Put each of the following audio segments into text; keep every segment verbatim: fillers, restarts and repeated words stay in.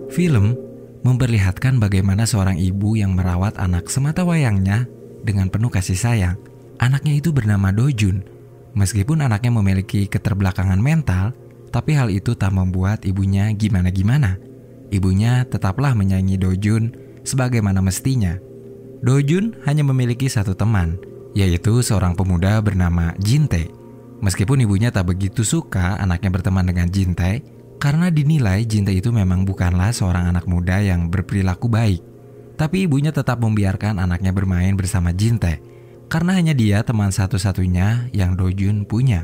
Film memperlihatkan bagaimana seorang ibu yang merawat anak semata wayangnya dengan penuh kasih sayang. Anaknya itu bernama Do-jun. Meskipun anaknya memiliki keterbelakangan mental, tapi hal itu tak membuat ibunya gimana-gimana. Ibunya tetaplah menyayangi Do-jun sebagaimana mestinya. Do-jun hanya memiliki satu teman, yaitu seorang pemuda bernama Jin-tae. Meskipun ibunya tak begitu suka anaknya berteman dengan Jin-tae, karena dinilai Jin-tae itu memang bukanlah seorang anak muda yang berperilaku baik. Tapi ibunya tetap membiarkan anaknya bermain bersama Jin-tae, karena hanya dia teman satu-satunya yang Do-jun punya.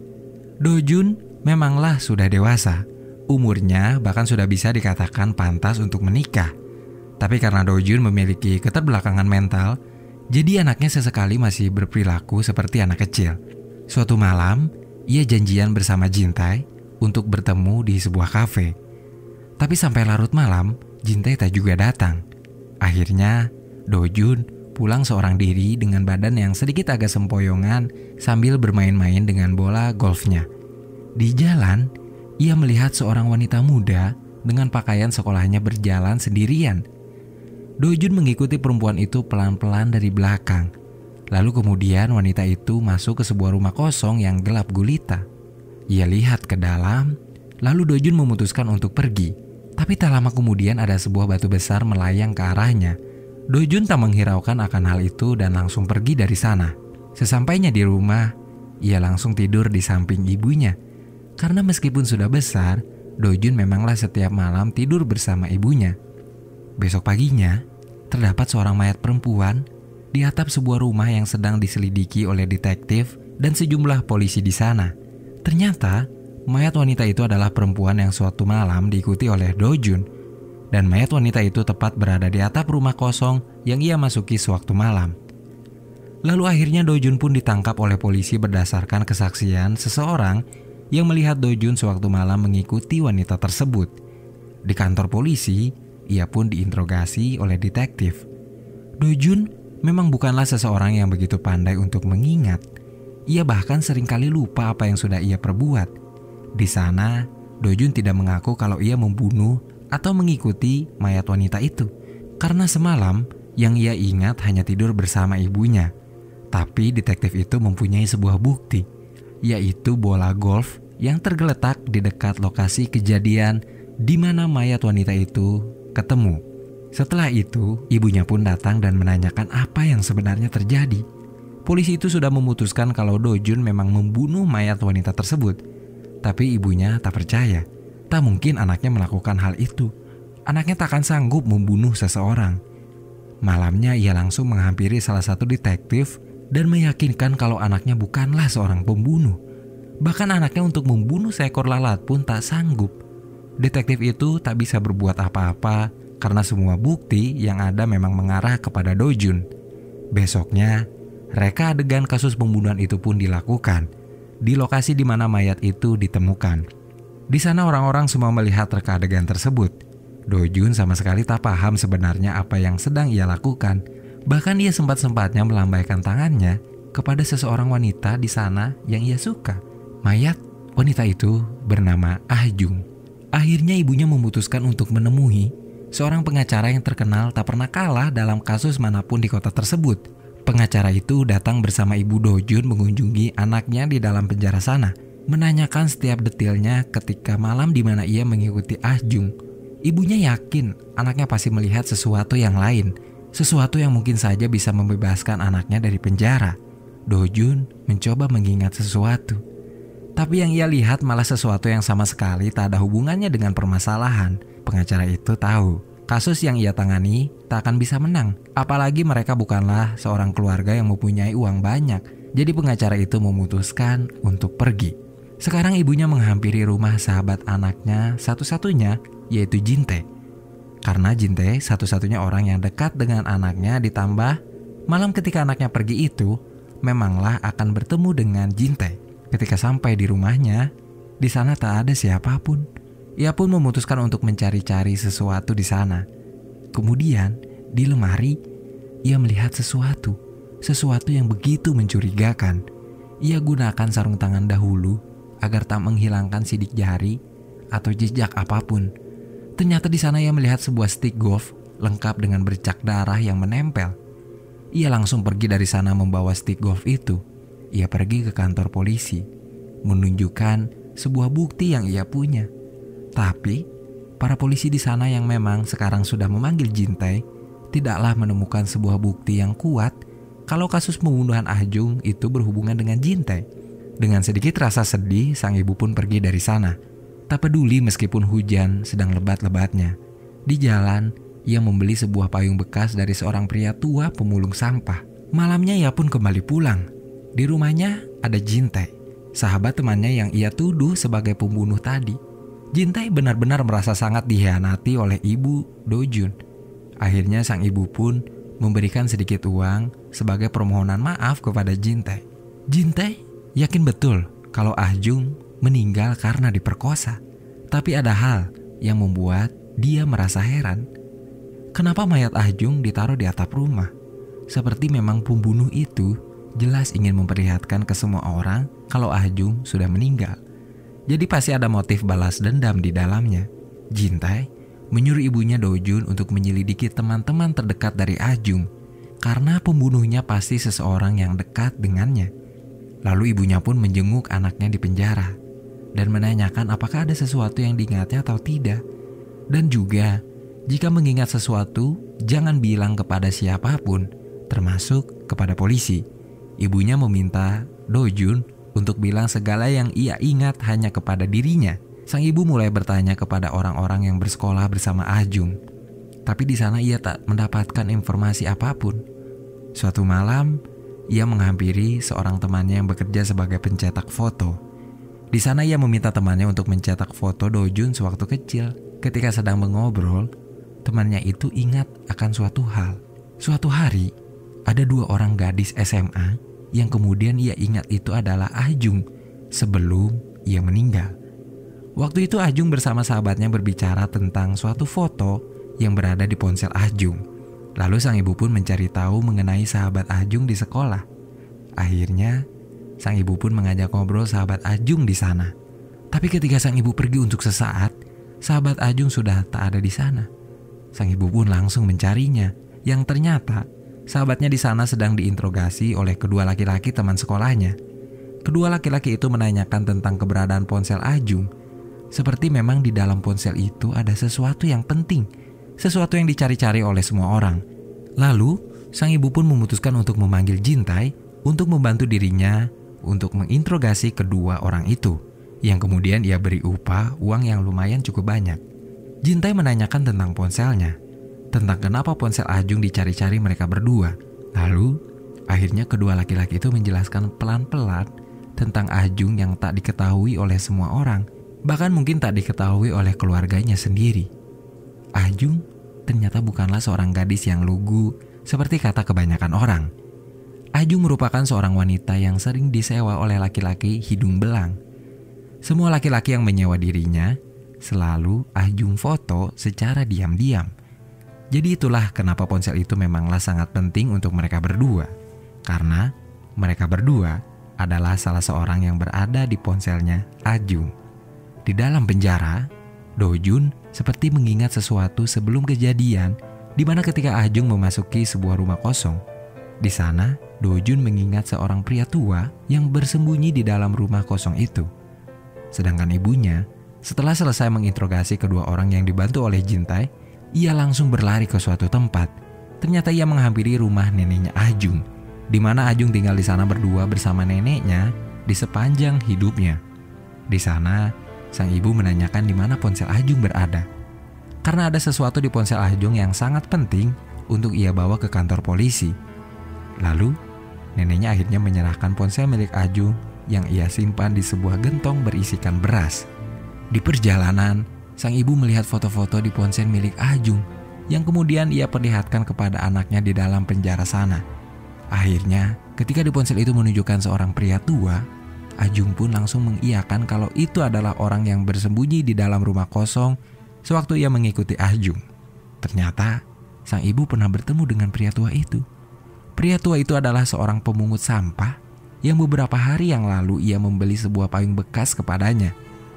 Do-jun memanglah sudah dewasa, umurnya bahkan sudah bisa dikatakan pantas untuk menikah. Tapi karena Do-jun memiliki keterbelakangan mental, jadi anaknya sesekali masih berperilaku seperti anak kecil. Suatu malam, ia janjian bersama Jin-tae untuk bertemu di sebuah kafe. Tapi sampai larut malam, Jin-tae tak juga datang. Akhirnya, Do-jun pulang seorang diri dengan badan yang sedikit agak sempoyongan sambil bermain-main dengan bola golfnya. Di jalan, ia melihat seorang wanita muda dengan pakaian sekolahnya berjalan sendirian. Do-jun mengikuti perempuan itu pelan-pelan dari belakang. Lalu kemudian wanita itu masuk ke sebuah rumah kosong yang gelap gulita. Ia lihat ke dalam, lalu Do-jun memutuskan untuk pergi. Tapi tak lama kemudian ada sebuah batu besar melayang ke arahnya. Do-jun tak menghiraukan akan hal itu dan langsung pergi dari sana. Sesampainya di rumah, ia langsung tidur di samping ibunya. Karena meskipun sudah besar, Do-jun memanglah setiap malam tidur bersama ibunya. Besok paginya, terdapat seorang mayat perempuan di atap sebuah rumah yang sedang diselidiki oleh detektif dan sejumlah polisi di sana. Ternyata, mayat wanita itu adalah perempuan yang suatu malam diikuti oleh Do-jun. Dan mayat wanita itu tepat berada di atap rumah kosong yang ia masuki sewaktu malam. Lalu akhirnya Do-jun pun ditangkap oleh polisi berdasarkan kesaksian seseorang yang melihat Do-jun sewaktu malam mengikuti wanita tersebut. Di kantor polisi, ia pun diinterogasi oleh detektif. Do-jun memang bukanlah seseorang yang begitu pandai untuk mengingat. Ia bahkan seringkali lupa apa yang sudah ia perbuat. Di sana, Do-jun tidak mengaku kalau ia membunuh atau mengikuti mayat wanita itu. Karena semalam, yang ia ingat hanya tidur bersama ibunya. Tapi detektif itu mempunyai sebuah bukti, yaitu bola golf yang tergeletak di dekat lokasi kejadian di mana mayat wanita itu ketemu. Setelah itu, ibunya pun datang dan menanyakan apa yang sebenarnya terjadi. Polisi itu sudah memutuskan kalau Do-jun memang membunuh mayat wanita tersebut. Tapi ibunya tak percaya. Tak mungkin anaknya melakukan hal itu. Anaknya tak akan sanggup membunuh seseorang. Malamnya ia langsung menghampiri salah satu detektif dan meyakinkan kalau anaknya bukanlah seorang pembunuh. Bahkan anaknya untuk membunuh seekor lalat pun tak sanggup. Detektif itu tak bisa berbuat apa-apa karena semua bukti yang ada memang mengarah kepada Do-jun. Besoknya, reka adegan kasus pembunuhan itu pun dilakukan di lokasi di mana mayat itu ditemukan. Di sana orang-orang semua melihat reka adegan tersebut. Do-jun sama sekali tak paham sebenarnya apa yang sedang ia lakukan. Bahkan ia sempat-sempatnya melambaikan tangannya kepada seseorang wanita di sana yang ia suka. Mayat wanita itu bernama Ah-jung. Akhirnya ibunya memutuskan untuk menemui seorang pengacara yang terkenal tak pernah kalah dalam kasus manapun di kota tersebut. Pengacara itu datang bersama ibu Do-jun mengunjungi anaknya di dalam penjara sana, menanyakan setiap detailnya ketika malam di mana ia mengikuti Ah-jung. Ibunya yakin anaknya pasti melihat sesuatu yang lain, sesuatu yang mungkin saja bisa membebaskan anaknya dari penjara. Do-jun mencoba mengingat sesuatu, tapi yang ia lihat malah sesuatu yang sama sekali tak ada hubungannya dengan permasalahan. Pengacara itu tahu kasus yang ia tangani tak akan bisa menang, apalagi mereka bukanlah seorang keluarga yang mempunyai uang banyak. Jadi pengacara itu memutuskan untuk pergi. Sekarang ibunya menghampiri rumah sahabat anaknya satu-satunya, yaitu Jin-tae. Karena Jin-tae satu-satunya orang yang dekat dengan anaknya, ditambah malam ketika anaknya pergi itu memanglah akan bertemu dengan Jin-tae. Ketika sampai di rumahnya, di sana tak ada siapapun. Ia pun memutuskan untuk mencari-cari sesuatu di sana. Kemudian, di lemari, ia melihat sesuatu. Sesuatu yang begitu mencurigakan. Ia gunakan sarung tangan dahulu agar tak menghilangkan sidik jari atau jejak apapun. Ternyata di sana ia melihat sebuah stick golf lengkap dengan bercak darah yang menempel. Ia langsung pergi dari sana membawa stick golf itu. Ia pergi ke kantor polisi, menunjukkan sebuah bukti yang ia punya. Tapi para polisi di sana yang memang sekarang sudah memanggil Jintae tidaklah menemukan sebuah bukti yang kuat kalau kasus pembunuhan Ahjung itu berhubungan dengan Jintae. Dengan sedikit rasa sedih, sang ibu pun pergi dari sana. Tak peduli meskipun hujan sedang lebat-lebatnya. Di jalan, ia membeli sebuah payung bekas dari seorang pria tua pemulung sampah. Malamnya ia pun kembali pulang. Di rumahnya ada Jintae, sahabat temannya yang ia tuduh sebagai pembunuh tadi. Jintae benar-benar merasa sangat dikhianati oleh ibu Dojun. Akhirnya sang ibu pun memberikan sedikit uang sebagai permohonan maaf kepada Jintae. Jintae yakin betul kalau Ahjung meninggal karena diperkosa. Tapi ada hal yang membuat dia merasa heran. Kenapa mayat Ahjung ditaruh di atap rumah? Seperti memang pembunuh itu jelas ingin memperlihatkan ke semua orang kalau Ahjung sudah meninggal. Jadi pasti ada motif balas dendam di dalamnya. Jintae menyuruh ibunya Dojun untuk menyelidiki teman-teman terdekat dari Ahjung, karena pembunuhnya pasti seseorang yang dekat dengannya. Lalu ibunya pun menjenguk anaknya di penjara dan menanyakan apakah ada sesuatu yang diingatnya atau tidak. Dan juga, jika mengingat sesuatu, jangan bilang kepada siapapun, termasuk kepada polisi. Ibunya meminta Dojun untuk bilang segala yang ia ingat hanya kepada dirinya. Sang ibu mulai bertanya kepada orang-orang yang bersekolah bersama Ahjung. Tapi di sana ia tak mendapatkan informasi apapun. Suatu malam, ia menghampiri seorang temannya yang bekerja sebagai pencetak foto. Di sana ia meminta temannya untuk mencetak foto Dojun sewaktu kecil. Ketika sedang mengobrol, temannya itu ingat akan suatu hal. Suatu hari, ada dua orang gadis S M A yang kemudian ia ingat itu adalah Ahjung sebelum ia meninggal. Waktu itu Ahjung bersama sahabatnya berbicara tentang suatu foto yang berada di ponsel Ahjung. Lalu sang ibu pun mencari tahu mengenai sahabat Ahjung di sekolah. Akhirnya, sang ibu pun mengajak ngobrol sahabat Ahjung di sana. Tapi ketika sang ibu pergi untuk sesaat, sahabat Ahjung sudah tak ada di sana. Sang ibu pun langsung mencarinya, yang ternyata sahabatnya di sana sedang diinterogasi oleh kedua laki-laki teman sekolahnya. Kedua laki-laki itu menanyakan tentang keberadaan ponsel Ahjung. Seperti memang di dalam ponsel itu ada sesuatu yang penting, sesuatu yang dicari-cari oleh semua orang. Lalu, sang ibu pun memutuskan untuk memanggil Jintae untuk membantu dirinya untuk menginterogasi kedua orang itu, yang kemudian ia beri upah uang yang lumayan cukup banyak. Jintae menanyakan tentang ponselnya, tentang kenapa ponsel Ahjung dicari-cari mereka berdua. Lalu, akhirnya kedua laki-laki itu menjelaskan pelan-pelan tentang Ahjung yang tak diketahui oleh semua orang. Bahkan mungkin tak diketahui oleh keluarganya sendiri. Ahjung ternyata bukanlah seorang gadis yang lugu seperti kata kebanyakan orang. Ahjung merupakan seorang wanita yang sering disewa oleh laki-laki hidung belang. Semua laki-laki yang menyewa dirinya selalu Ahjung foto secara diam-diam. Jadi itulah kenapa ponsel itu memanglah sangat penting untuk mereka berdua. Karena mereka berdua adalah salah seorang yang berada di ponselnya Ahjung. Di dalam penjara, Dojun seperti mengingat sesuatu sebelum kejadian, di mana ketika Ahjung memasuki sebuah rumah kosong. Di sana, Dojun mengingat seorang pria tua yang bersembunyi di dalam rumah kosong itu. Sedangkan ibunya, setelah selesai menginterogasi kedua orang yang dibantu oleh Jintae, ia langsung berlari ke suatu tempat. Ternyata ia menghampiri rumah neneknya Ahjung, di mana Ahjung tinggal di sana berdua bersama neneknya di sepanjang hidupnya. Di sana, sang ibu menanyakan di mana ponsel Ahjung berada. Karena ada sesuatu di ponsel Ahjung yang sangat penting untuk ia bawa ke kantor polisi. Lalu, neneknya akhirnya menyerahkan ponsel milik Ahjung yang ia simpan di sebuah gentong berisikan beras. Di perjalanan, sang ibu melihat foto-foto di ponsel milik Ahjung yang kemudian ia perlihatkan kepada anaknya di dalam penjara sana. Akhirnya, ketika di ponsel itu menunjukkan seorang pria tua, Ahjung pun langsung mengiyakan kalau itu adalah orang yang bersembunyi di dalam rumah kosong sewaktu ia mengikuti Ahjung. Ternyata, sang ibu pernah bertemu dengan pria tua itu. Pria tua itu adalah seorang pemungut sampah yang beberapa hari yang lalu ia membeli sebuah payung bekas kepadanya.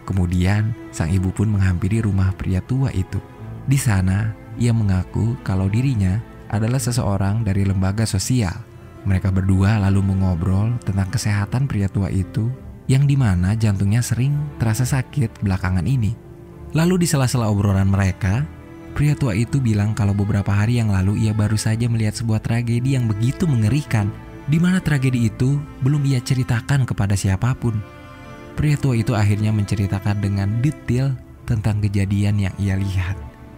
Kemudian, sang ibu pun menghampiri rumah pria tua itu. Di sana, ia mengaku kalau dirinya adalah seseorang dari lembaga sosial. Mereka berdua lalu mengobrol tentang kesehatan pria tua itu, yang dimana jantungnya sering terasa sakit belakangan ini. Lalu di sela-sela obrolan mereka, pria tua itu bilang kalau beberapa hari yang lalu ia baru saja melihat sebuah tragedi yang begitu mengerikan, di mana tragedi itu belum ia ceritakan kepada siapapun. Pria tua itu akhirnya menceritakan dengan detail tentang kejadian yang ia lihat.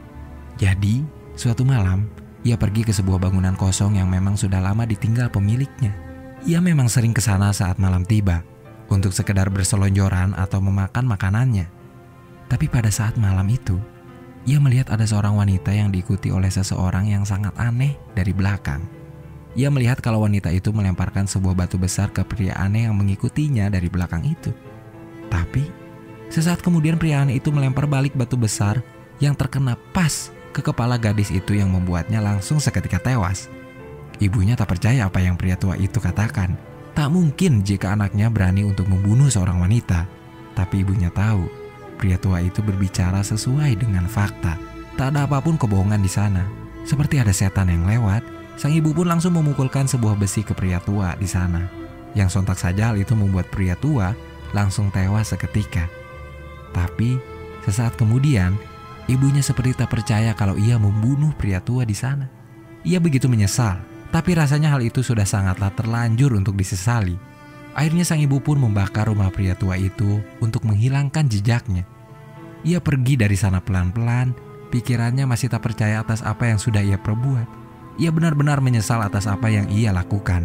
Jadi, suatu malam, ia pergi ke sebuah bangunan kosong yang memang sudah lama ditinggal pemiliknya. Ia memang sering ke sana saat malam tiba, untuk sekedar berselonjoran atau memakan makanannya. Tapi pada saat malam itu, ia melihat ada seorang wanita yang diikuti oleh seseorang yang sangat aneh dari belakang. Ia melihat kalau wanita itu melemparkan sebuah batu besar ke pria aneh yang mengikutinya dari belakang itu. Tapi, sesaat kemudian pria aneh itu melempar balik batu besar yang terkena pas ke kepala gadis itu yang membuatnya langsung seketika tewas. Ibunya tak percaya apa yang pria tua itu katakan. Tak mungkin jika anaknya berani untuk membunuh seorang wanita. Tapi ibunya tahu, pria tua itu berbicara sesuai dengan fakta. Tak ada apapun kebohongan di sana. Seperti ada setan yang lewat, sang ibu pun langsung memukulkan sebuah besi ke pria tua di sana. Yang sontak saja hal itu membuat pria tua langsung tewas seketika. Tapi sesaat kemudian, ibunya seperti tak percaya kalau ia membunuh pria tua di sana. Ia begitu menyesal, tapi rasanya hal itu sudah sangatlah terlanjur untuk disesali. Akhirnya sang ibu pun membakar rumah pria tua itu untuk menghilangkan jejaknya. Ia pergi dari sana pelan-pelan, pikirannya masih tak percaya atas apa yang sudah ia perbuat. Ia benar-benar menyesal atas apa yang ia lakukan.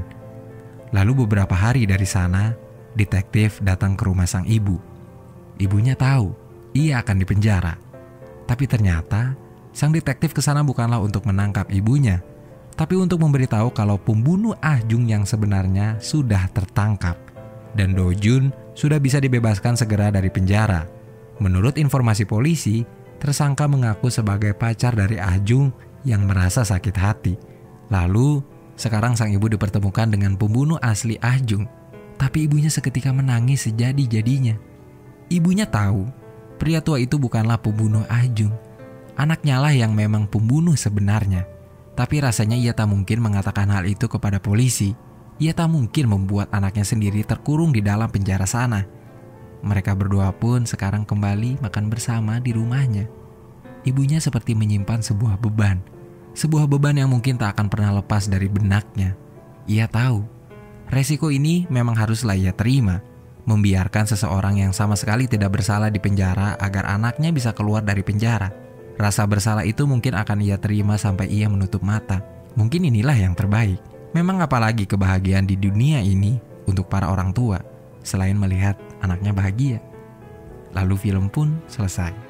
Lalu beberapa hari dari sana, detektif datang ke rumah sang ibu. Ibunya tahu ia akan dipenjara. Tapi ternyata sang detektif ke sana bukanlah untuk menangkap ibunya, tapi untuk memberitahu kalau pembunuh Ah Jung yang sebenarnya sudah tertangkap dan Do Jun sudah bisa dibebaskan segera dari penjara. Menurut informasi polisi, tersangka mengaku sebagai pacar dari Ah Jung yang merasa sakit hati. Lalu, sekarang sang ibu dipertemukan dengan pembunuh asli Ah Jung. Tapi ibunya seketika menangis sejadi-jadinya. Ibunya tahu, pria tua itu bukanlah pembunuh Ah Jung. Anaknya lah yang memang pembunuh sebenarnya. Tapi rasanya ia tak mungkin mengatakan hal itu kepada polisi. Ia tak mungkin membuat anaknya sendiri terkurung di dalam penjara sana. Mereka berdua pun sekarang kembali makan bersama di rumahnya. Ibunya seperti menyimpan sebuah beban. Sebuah beban yang mungkin tak akan pernah lepas dari benaknya. Ia tahu, resiko ini memang haruslah ia terima. Membiarkan seseorang yang sama sekali tidak bersalah di penjara agar anaknya bisa keluar dari penjara. Rasa bersalah itu mungkin akan ia terima sampai ia menutup mata. Mungkin inilah yang terbaik. Memang apalagi kebahagiaan di dunia ini untuk para orang tua, selain melihat anaknya bahagia. Lalu film pun selesai.